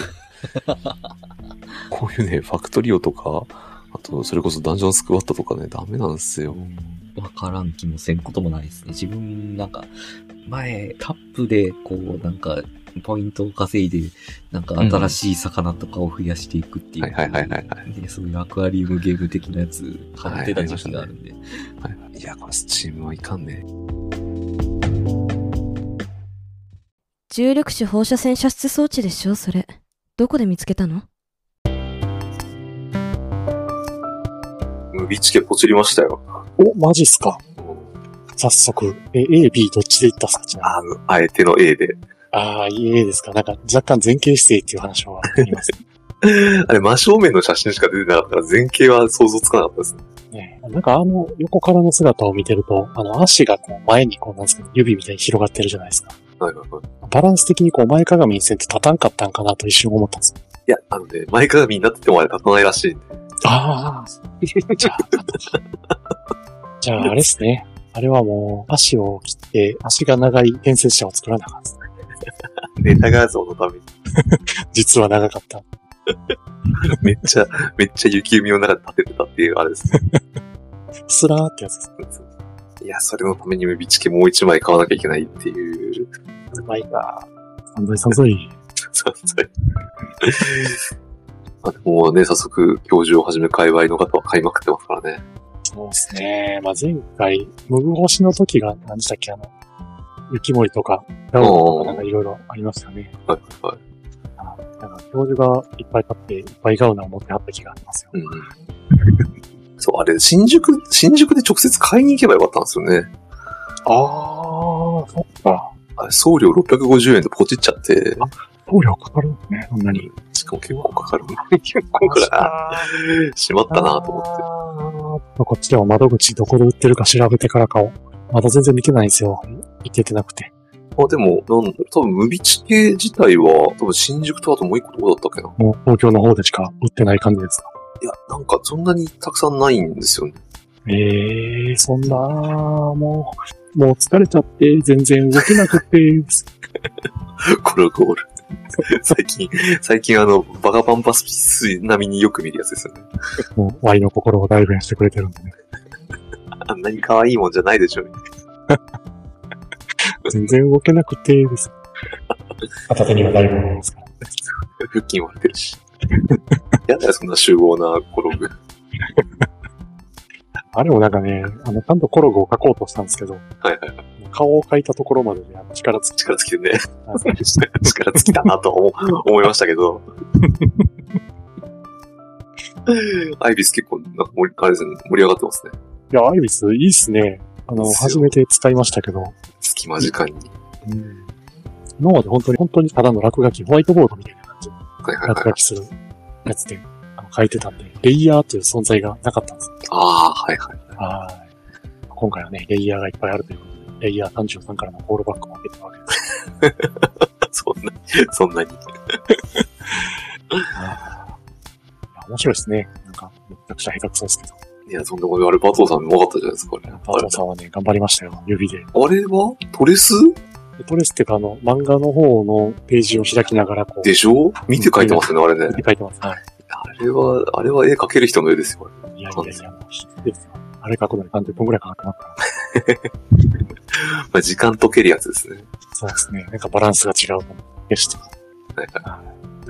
こういうね、ファクトリオとか、あと、それこそダンジョンスクワットとかね、ダメなんですよ。 わからん気もせんこともないですね。自分、なんか、前、タップで、こう、なんか、ポイントを稼いで、なんか新しい魚とかを増やしていくっていう。 はいはいはいはいはい。 で、そういうアクアリウムゲーム的なやつ、ハマってた時期があるんで。 はいはいはい、いや、これスチームはいかんね。 重力子放射線射出装置でしょ、それ。どこで見つけたの？ ムビチケポチりましたよ。 お、マジっすか。早速。え、A、B どっちで行ったっすか？ あの、あえての A で。 ああ、A ですか。なんか若干前傾姿勢っていう話はあります。 あれ、真正面の写真しか出てなかったから前傾は想像つかなかったですね。なんかあの横からの姿を見てると、あの足がこう前にこうなんですか、指みたいに広がってるじゃないですか。 はいはいはい。 バランス的にこう前かがみにせんって立たんかったんかなと一瞬思ったんですよ。 いや、あのね、前かがみになっててもあれ立たないらしいんで。 ああ。じゃあ、じゃああれですね。あれはもう足を切って足が長い伝説者を作らなかったですね。 ネタ画像のために。実は長かった。 めっちゃ、めっちゃ雪海の中で立ててたっていうあれですね。 スラーってやつです。 いや、それのためにムビチケもう一枚買わなきゃいけないっていう。 うまいか。散財散財。 散財。あ、でもね、早速、教授をはじめ界隈の方は買いまくってますからね。 そうですね。まあ、前回、ムグ星の時が、何でしたっけ、あの、雪森とか、ガウンとかなんかいろいろありましたね。 はいはい。 なんか教授がいっぱい買って、いっぱいガウナを持ってあった気がありますよ。 うん。そう、あれ、新宿、新宿で直接買いに行けばよかったんですよね。 あー、そっか。 あれ、送料ろっぴゃくごじゅうえんでポチっちゃって。 送料かかるんですね、そんなに。 しかも結構かかる。結構かな。しまったなと思って。 こっちでは窓口どこで売ってるか調べてから買おう。まだ全然見てないんですよ。行けてなくて。 あ、でも、なんだろう、多分、ムビチケ自体は、多分新宿とあともう一個どこだったっけな。 もう東京の方でしか売ってない感じですか？ いや、なんかそんなにたくさんないんですよね。 ええー、そんな、もう、もう疲れちゃって全然動けなくて。 コロゴール。 最近、最近あの、バカパンパスピス並みによく見るやつですよね。 もう、ワイの心を代弁してくれてるんでね。 あんなに可愛いもんじゃないでしょ。 全然動けなくてです。片手には大物ですから。 腹筋割れてるし。やだよ、そんな集合なコログ。あれもなんかね、あの、ちゃんとコログを描こうとしたんですけど、 はいはいはい。 顔を描いたところまでね、あの力つき。 力つきでね。力つきだなと思思いましたけど。アイビス結構、なんか盛り、あれですね、盛り上がってますね。 いや、アイビスいいっすね。あの、初めて使いましたけど。 隙間時間に。 うん。今まで本当に、本当にただの落書き、ホワイトボードみたいな感じで、 はいはいはい、 落書きするやつで、あの書いてたんで、レイヤーという存在がなかったんです。 ああ、はいはい。 はい。今回はね、レイヤーがいっぱいあるということで、レイヤーさんじゅうさんからのフォールバックも受けてるわけです。 そんな、そんなに。 あ面白いですね。なんか、めちゃくちゃ下手くそですけど。 いや、そんなこと、あれ、バトーさんうまかったじゃないですか、ね。 バトーさんはね、頑張りましたよ、指で。 あれはトレストレスっていうか、あの、漫画の方のページを開きながら、こう。 でしょ見て書いてますね、あれね。 見て書いてます。はい。 あれは、あれは絵描ける人の絵ですよ。 いやいやいや、もう、必須ですよ。あれ描くのにさんじゅっぷんくらいかかってますから。 まあ時間解けるやつですね。 そうですね。なんかバランスが違うと思う。消して。 はいはい、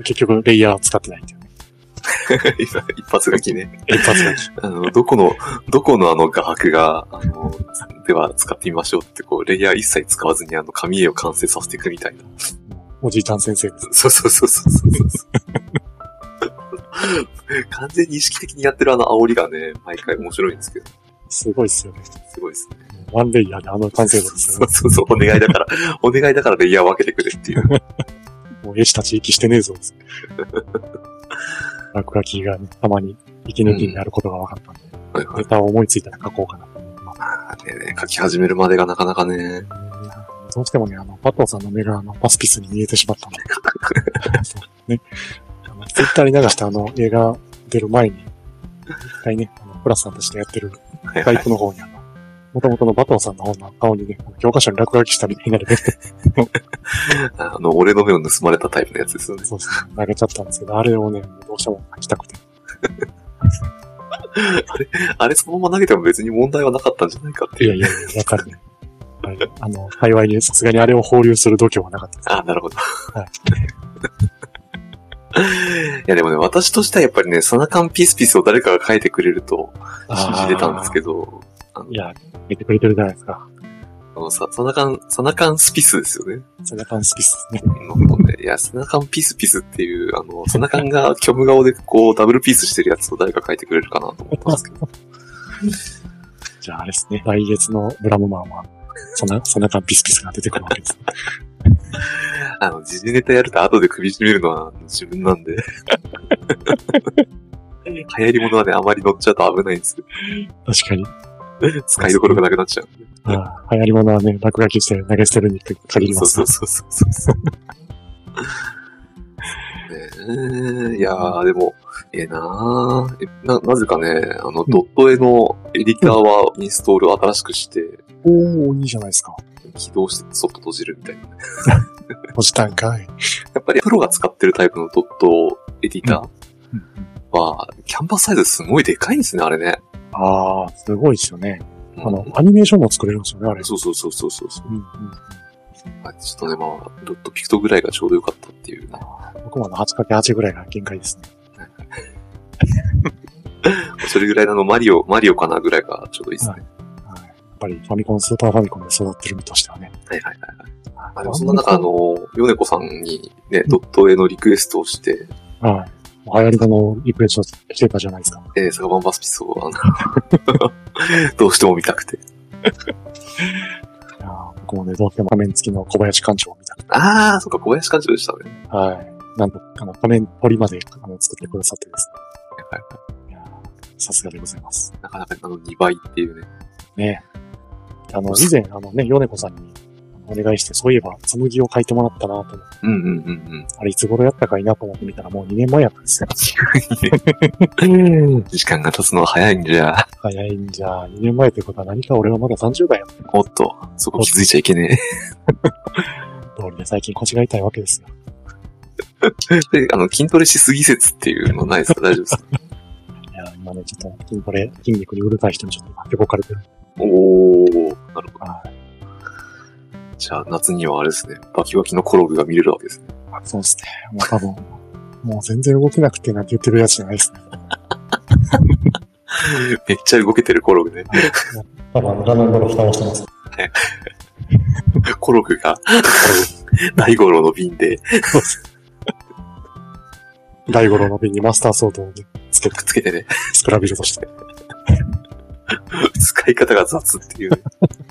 結局、レイヤーを使ってないっていうね。 一発書きね。 一発書き。 あの、どこの、どこのあの画伯が、あの、では使ってみましょうって、こう、レイヤー一切使わずにあの、紙絵を完成させていくみたいな。 おじいちゃん先生です。 そうそうそうそうそうそう。完全に意識的にやってるあの煽りがね、毎回面白いんですけど。 すごいっすよね。 すごいですね。 ワンレイヤーであの完成度ですよね。そうそうそう、お願いだから、お願いだからレイヤー分けてくれっていう。 もう絵師たち息してねえぞです。落書きがね、たまに息抜きになることが分かったんで、うんはいはい、ネタを思いついたら書こうかなと思ってます。 ああ、ねね、書き始めるまでがなかなかね。 どうしてもね、あの、パトーさんの目があの、パスピスに見えてしまったんで。ね。あの、ツイッターに流したあの、映画出る前に、一回ね、あの、プラスさんたちでやってる、スカイプの方にあの、元々のバトーさんの方の顔にね、教科書に落書きしたみたいになるね。 あの、俺の目を盗まれたタイプのやつですよね。 そうですね。投げちゃったんですけど、あれをね、どうしても書きたくて。 あれ、あれそのまま投げても別に問題はなかったんじゃないかっていう。 いやいやいや、わかるね。はい。あの、幸いにさすがにあれを放流する度胸はなかったです。 あ、なるほど。はい。いやでもね、私としてはやっぱりね、サナカンピースピースを誰かが書いてくれると信じてたんですけど。 あいや、見てくれてるじゃないですか。 あのさ、サナカン、サナカンスピスですよね。 サナカンスピスですね。ねいや、サナカンピースピスっていう、あの、サナカンが虚無顔でこう、ダブルピースしてるやつを誰か書いてくれるかなと思ったんですけど。 じゃああれですね、来月のブラムマンは、サナ、サナカンピスピスが出てくるわけです。 あの、時事ネタやると後で首絞めるのは自分なんで。流行り物はね、あまり乗っちゃうと危ないんですよ。 確かに。 使いどころがなくなっちゃう。 ああ、流行り物はね、落書きして投げ捨てるに限ります。 そうそうそうそうそう。ねえ、いやー、でも、ええなーな、なぜかね、あの、ドット絵のエディターはインストールを新しくして、 うん、おー、いいじゃないですか。 起動してそっと閉じるみたいなね。 閉じたんかい。 やっぱりプロが使ってるタイプのドットエディターは、うん、キャンバスサイズすごいでかいんですね、あれね。 ああ、すごいですよね。うん、あの、アニメーションも作れるんですよね、あれ。 そうそうそうそうそう。うんうん、 あちょっとね、まあ、ドットピクトぐらいがちょうどよかったっていうね。 僕もあの はちかけはち ぐらいが限界ですね。 それぐらいのあのマリオ、マリオかなぐらいがちょうどいいですね。 はいはい、やっぱりファミコン、スーパーファミコンで育ってる身としてはね。 はいはいはいはい。あでもそんな中あの、ヨネコさんにね、ドット絵のリクエストをして、 はい。流行りのリクエストしてたじゃないですか。 えー、サガバンバスピスを、あの、どうしても見たくて。いや僕もね、どうしても仮面付きの小林館長を見たくて。 あー、そっか、小林館長でしたね。 はい。なんと、あの、仮面取りまであの作ってくださってですね。はいはい。いやさすがでございます。 なかなかあのにばいっていうね。 ねあの、以前、あのね、ヨネコさんにお願いして、そういえば、紬を書いてもらったなと思って。 うんうんうんうん。 あれ、いつ頃やったかいなと思ってみたら、もうにねんまえやったんですよ。 時間が経つのは早いんじゃ。 早いんじゃ。にねんまえということは何か俺はまださんじゅうだいやった。 おっと、そこ気づいちゃいけねえ。 通りで最近腰が痛いわけですよ。 で、あの、筋トレしすぎ説っていうのないですか？大丈夫ですか？ いや、今ね、ちょっと筋トレ、筋肉にうるさい人にちょっと今、横かれてる。 おー、なるほど。 はい。 じゃあ、夏にはあれですね、バキバキのコログが見れるわけですね。 そうですね。もう多分、もう全然動けなくてなんて言ってるやつじゃないですね。 めっちゃ動けてるコログね。 多分、画面の蓋をしてます。 コログが、大五郎の瓶で、 大五郎の瓶にマスターソードを、ね、つけて、 つけてね、 スクラビルとして。 使い方が雑っていう、ね。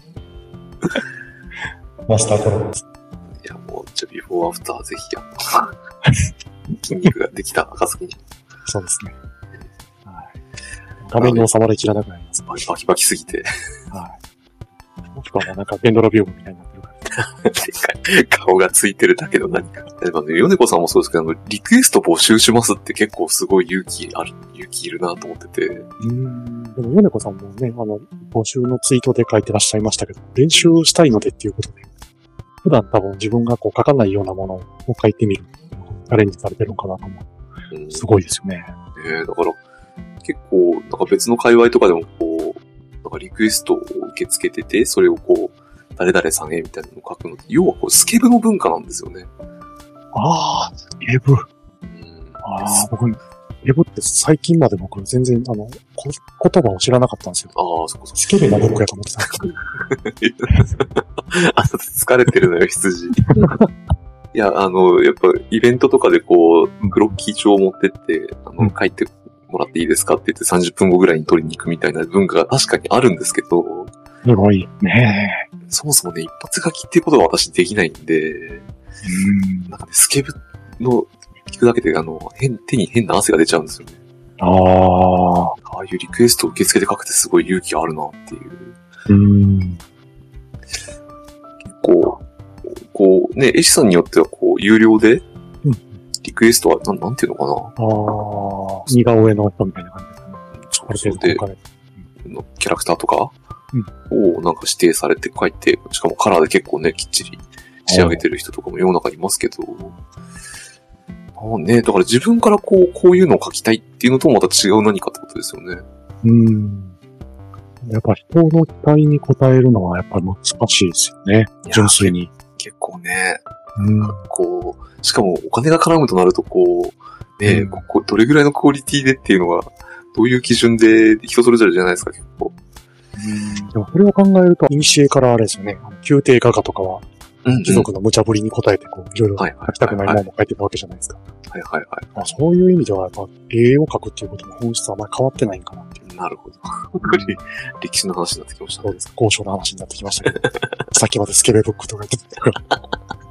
マスターコログです。 いや、もう、じゃあ、ビフォーアフターぜひ、あの、筋肉ができた暁に。 そうですね。はい。画面に収まりきらなくなります。 バキバキすぎて。 はい。もしくはもうなんか、ベンドラビウムみたいになってるから。 でかい顔がついてるだけの何か。でもね、ヨネコさんもそうですけど、リクエスト募集しますって結構すごい勇気ある、勇気いるなと思ってて。 うーん。でも、ヨネコさんもね、あの、募集のツイートで書いてらっしゃいましたけど、練習したいのでっていうことで、普段多分自分がこう書かないようなものを書いてみる。チャレンジされてるのかなと思う。うん、すごいですよね。 ええー、だから、結構、なんか別の界隈とかでもこう、なんかリクエストを受け付けてて、それをこう、誰々さんへみたいなのを書くのって、要はこう、スケブの文化なんですよね。 ああ、スケブ。うん、ああ、僕、スケブって最近まで僕全然、あの、こ言葉を知らなかったんですよ。 ああ、そこそこ。 スケブな僕やと思ってた。 あ、疲れてるのよ、羊。いや、あの、やっぱ、イベントとかでこう、クロッキー帳を持ってって、あの、書いてもらっていいですかって言ってさんじゅっぷんごぐらいに取りに行くみたいな文化が確かにあるんですけど、 すごいね。 そもそもね、一発書きっていうことが私できないんで、うん、なんかね、スケブの聞くだけで、あの、変、手に変な汗が出ちゃうんですよね。 ああ。 ああいうリクエストを受け付けて書くってすごい勇気あるなっていう。 うん。 結構、こう、ね、絵師さんによってはこう、有料で、リクエストは、なん、なんていうのかな。 ああ。似顔絵の人みたいな感じですね。 そうそうで、のキャラクターとかをなんか指定されて書いて、しかもカラーで結構ね、きっちり仕上げてる人とかも世の中にいますけど、ああね、だから自分からこう、こういうのを書きたいっていうのとまた違う何かってことですよね。 うん。やっぱ人の期待に応えるのはやっぱり難しいですよね。純粋に。 結構ね。 うん。 こう、しかもお金が絡むとなるとこう、ね、うん、ここどれぐらいのクオリティでっていうのが、どういう基準で人それぞれじゃないですか、結構。 うん。でもそれを考えると、イニシエからあれですよね。宮廷画家とかは、貴族の無茶ぶりに応えて、こう、いろいろ書きたくないものも書いてたわけじゃないですか。 はいはいはい。 まあ、そういう意味では、やっぱ、絵を描くっていうことの本質はあまり変わってないんかなっていう。 なるほど。歴史の話になってきましたね。 そうです。交渉の話になってきましたけど。さっきまでスケベブックとか言ってたから。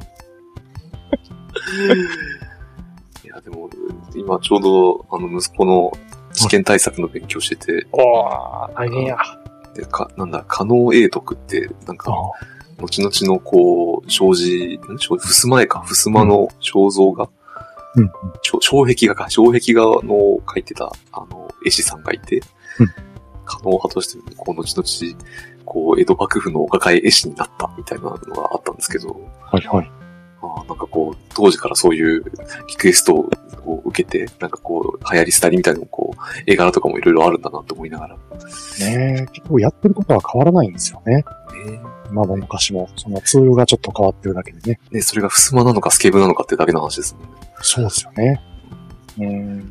いや、でも、今ちょうど、あの、息子の試験対策の勉強してて。 おー、大変や。 で、か、なんだ、可能英徳って、なんか、後々のこう、障子、ふすま絵か、ふすまの肖像画、うん、障壁画か、障壁画の描いてた、あの、絵師さんがいて、うん、可能派として、こう、後々、こう、江戸幕府のお抱え絵師になったみたいなのがあったんですけど、 はいはい。 あなんかこう、当時からそういうリクエストを受けて、なんかこう、流行り廃りみたいなのもこう、絵柄とかもいろいろあるんだなと思いながら。 ねえ、結構やってることは変わらないんですよね。ね今も昔も、そのツールがちょっと変わってるだけでね。 ねそれがふすまなのかスケブなのかってだけの話ですもんね。 そうですよね。うん。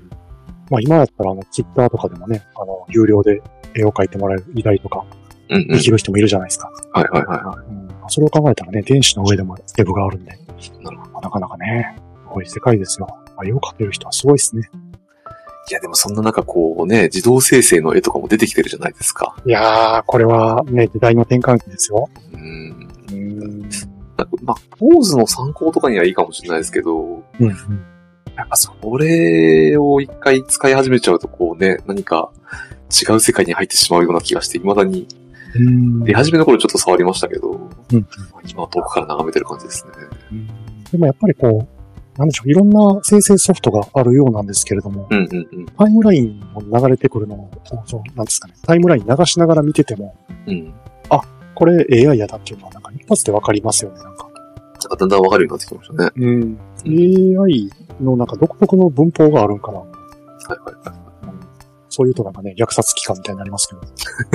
まあ今やったらあの、ツイッターとかでもね、あの、有料で絵を描いてもらえる依頼とか、できる人もいるじゃないですか。 うんうん、はいはいはい、はいうん。 それを考えたらね、電子の上でもスケブがあるんで。なるほど。なかなかね、すごい世界ですよ。絵を描ける人はすごいですね。 いやでもそんな中こうね、自動生成の絵とかも出てきてるじゃないですか。 いやー、これはね、時代の転換期ですよ。 うーん。うーんまあ、ポーズの参考とかにはいいかもしれないですけど、うんうん、やっぱそれを一回使い始めちゃうとこうね、何か違う世界に入ってしまうような気がして、未だに、出始めの頃ちょっと触りましたけど、うん、今は遠くから眺めてる感じですね。 うん、でもやっぱりこう、なんでしょう、いろんな生成ソフトがあるようなんですけれども、 うんうんうん、 タイムラインを流れてくるのを、そうなんですかね、タイムライン流しながら見てても、うん、あ、これ エーアイ やだっていうのはなんか一発でわかりますよね、なんか。 なんかだんだんわかるようになってきましたね。 うん。エーアイのなんか独特の文法があるんかな。はいはいはい。 うん、そういうとなんかね、虐殺機関みたいになりますけど。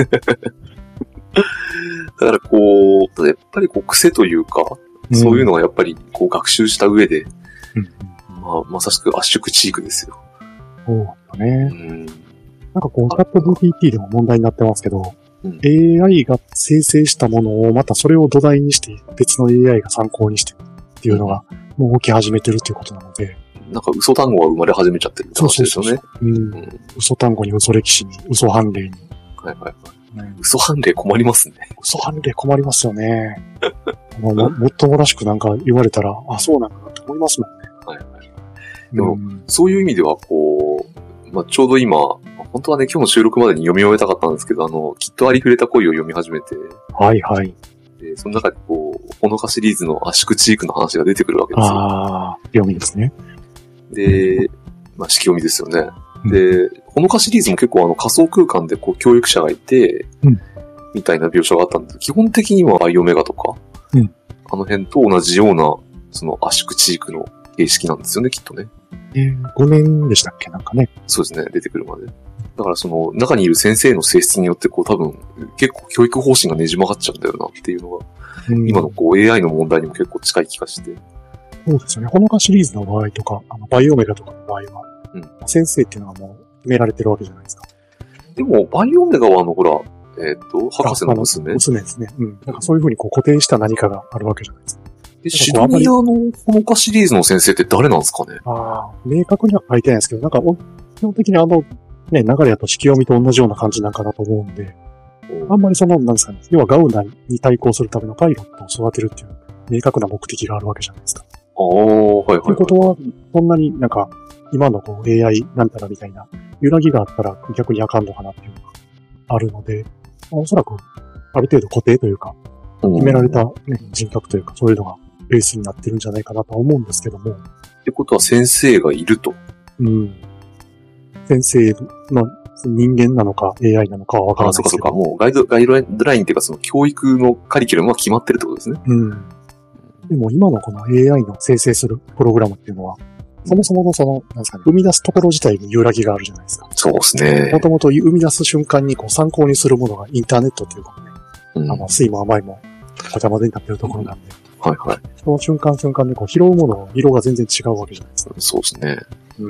だからこう、やっぱりこう癖というか、うん、そういうのはやっぱりこう学習した上で、うん、まあ、まさしく圧縮チークですよ。 そうだね。うん、なんかこう、チャット ジーピーティー でも問題になってますけど、うん、エーアイ が生成したものをまたそれを土台にして別の エーアイ が参考にしてっていうのがもう起き始めてるっていうことなので。 なんか嘘単語が生まれ始めちゃってるって話ですよね。そうそうそう、うんうん。嘘単語に嘘歴史に嘘判例に。 はいはいはい。うん、嘘判例困りますね。 嘘判例困りますよね。も, もっともらしくなんか言われたら、あ、そうなんだなって思いますもんね。はいはい。 でも、うん、そういう意味ではこう、まあ、ちょうど今、本当はね、今日の収録までに読み終えたかったんですけど、あの、きっとありふれた恋を読み始めて。 はいはい。 で、その中でこう、ほのかシリーズの圧縮チークの話が出てくるわけですよ。 ああ、読みですね。 で、まあ、式読みですよね。うん、で、ほのかシリーズも結構あの仮想空間でこう教育者がいて、うん、みたいな描写があったんですけど、基本的にはバイオメガとか、うん、あの辺と同じような、その圧縮チークの形式なんですよね、きっとね。 えー、ごねんでしたっけなんかね。 そうですね、出てくるまで。だからその中にいる先生の性質によってこう多分結構教育方針がねじ曲がっちゃうんだよなっていうのが、うん、今のこう エーアイ の問題にも結構近い気がして。 そうですよね。ほのかシリーズの場合とか、あのバイオメガとかの場合は、うん、先生っていうのはもう決められてるわけじゃないですか。 でもバイオメガはあのほら、えっ、ー、と、博士の娘。 娘ですね。うん。なんかそういうふうにこう固定した何かがあるわけじゃないですか。 で、シドニアのほのかシリーズの先生って誰なんですかね？ ああ、明確には書いてないですけど、なんか基本的にあの、ね、流れだと式読みと同じような感じなんかなと思うんで、あんまりその、なんですかね、要はガウナに対抗するためのパイロットを育てるっていう明確な目的があるわけじゃないですか。 ああ、はいはい、はい。ということは、そんなになんか、今のこう エーアイ なんたらみたいな揺らぎがあったら逆にあかんのかなっていうのがあるので、おそらくある程度固定というか、決められた、ね、人格というかそういうのがベースになってるんじゃないかなとは思うんですけども。 ってことは先生がいると。 うん。先生の人間なのか エーアイ なのかはわからないですけど。 あ、そうかそうか。もうガイド、ガイドラインっていうかその教育のカリキュラムは決まってるってことですね。 うん。でも今のこの エーアイ の生成するプログラムっていうのは、そもそものその、なんですかね、生み出すところ自体に揺らぎがあるじゃないですか。 そうですね。 もともと生み出す瞬間にこう参考にするものがインターネットっていうかね、うん、あの、酸いも甘いもごちゃ混ぜになってるところなんで。 うん、はいはい。 その瞬間瞬間でこう拾うものの色が全然違うわけじゃないですか。 そうですね。 うん。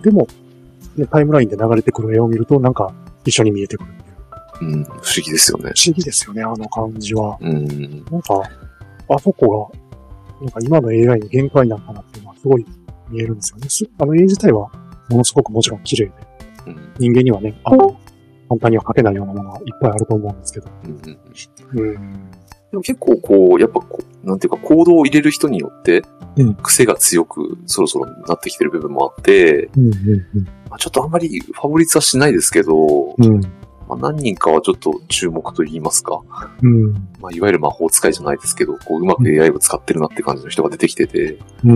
でも、ね、タイムラインで流れてくる絵を見るとなんか一緒に見えてくるっていう。 うん、不思議ですよね。 不思議ですよね、あの感じは。 うん。 なんか、あそこが、なんか今の エーアイ の限界なのかなっていうのはすごい見えるんですよね。あの絵自体はものすごくもちろん綺麗で、うん、人間にはね、あの、簡単には描けないようなものがいっぱいあると思うんですけど。うんうんうん、 でも結構こう、やっぱこう、なんていうか行動を入れる人によって、癖が強くそろそろなってきてる部分もあって、うんうんうんまあ、ちょっとあんまりファボリツはしないですけど、うんまあ、何人かはちょっと注目と言いますか。うん。まあ、いわゆる魔法使いじゃないですけど、こう、うまく エーアイ を使ってるなって感じの人が出てきてて。うん。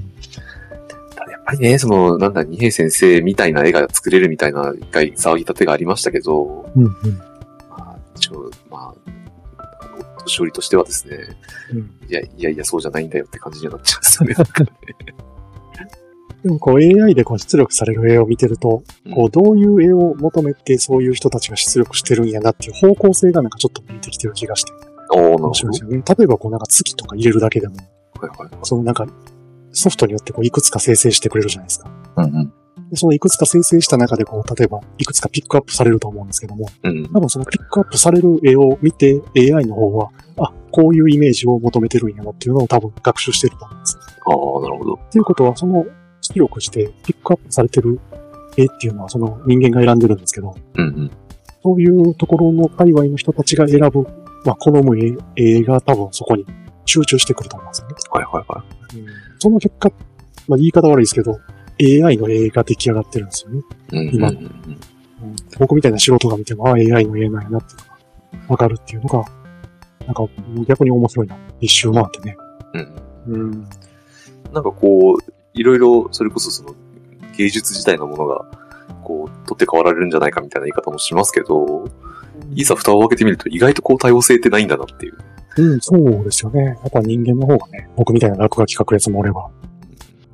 ただやっぱりね、その、なんだ、二平先生みたいな絵が作れるみたいな一回騒ぎ立てがありましたけど、うんうん。まあ、一応、まあ、お年寄りとしてはですね、うん、いや、いやいや、そうじゃないんだよって感じになっちゃうんですよね。なんかねでもこう エーアイ でこう出力される絵を見てると、こうどういう絵を求めてそういう人たちが出力してるんやなっていう方向性がなんかちょっと見えてきてる気がして。 ああ、なるほど。 面白いですよね。例えばこうなんか月とか入れるだけでも、はいはいはい、そのなんかソフトによってこういくつか生成してくれるじゃないですか。うんうん、でそのいくつか生成した中でこう例えばいくつかピックアップされると思うんですけども、うん、多分そのピックアップされる絵を見て エーアイ の方は、あ、こういうイメージを求めてるんやなっていうのを多分学習してると思うんですよ。 ああ、なるほど。 っていうことはその出力してピックアップされてる絵っていうのはその人間が選んでるんですけど、うんうん、そういうところの界隈の人たちが選ぶ、まあ、好む絵、絵が多分そこに集中してくると思うんですよね。 はいはいはい。 うん、その結果、まあ、言い方悪いですけど、エーアイ の絵が出来上がってるんですよね。うんうんうん、今の、うん。僕みたいな素人が見ても、ああ、エーアイ の絵なんやなっていうのがわかるっていうのが、なんか逆に面白いな。一周回ってね。 うん。うん、なんかこう、いろいろ、それこそその、芸術自体のものが、こう、取って代わられるんじゃないかみたいな言い方もしますけど、いざ蓋を開けてみると意外とこう多様性ってないんだなっていう。 うん、そうですよね。やっぱ人間の方がね、僕みたいな落書き書くやつもおれば、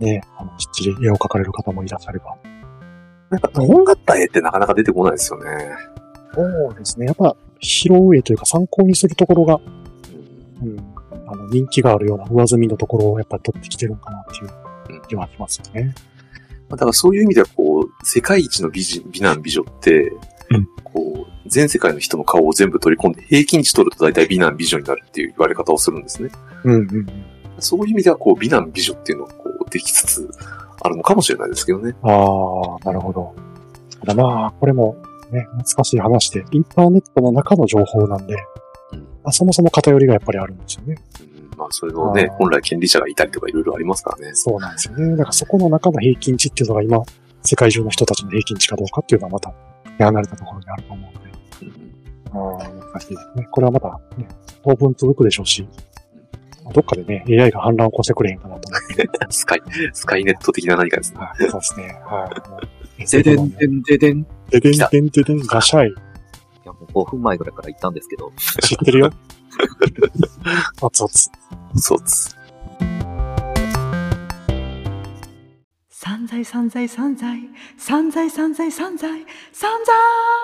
ね、あの、きっちり絵を描かれる方もいらっしゃれば。 なんか、とんがった絵ってなかなか出てこないですよね。 そうですね。やっぱ、拾う絵というか参考にするところが、うん、あの、人気があるような上積みのところをやっぱり取ってきてるのかなっていう気はしますよね。 だからそういう意味では、こう、世界一の美人、美男美女って、うん、こう、全世界の人の顔を全部取り込んで平均値取ると大体美男美女になるっていう言われ方をするんですね。 うんうん、 そういう意味では、こう、美男美女っていうのがこう、できつつあるのかもしれないですけどね。 ああ、なるほど。ただまあ、これもね、難しい話で、インターネットの中の情報なんで、うんまあ、そもそも偏りがやっぱりあるんですよね。 うん、まあ、それのね、本来権利者がいたりとかいろいろありますからね。 そうなんですよね。だからそこの中の平均値っていうのが今、世界中の人たちの平均値かどうかっていうのはまた、離れたところにあると思うので。うん、ああ、難しいですね。これはまた、ね、当分続くでしょうし、どっかでね、エーアイ が反乱を起こしてくれへんかなと思って。 スカイ、スカイネット的な何かですね。 そうですね。はい。 ででんでんででん。 ででんでんででん、ガシャイ。いや、もうごふんまえぐらいから行ったんですけど。 知ってるよ。おつおつ。 おつおつ。 散財散財散財、散財散財散財、散財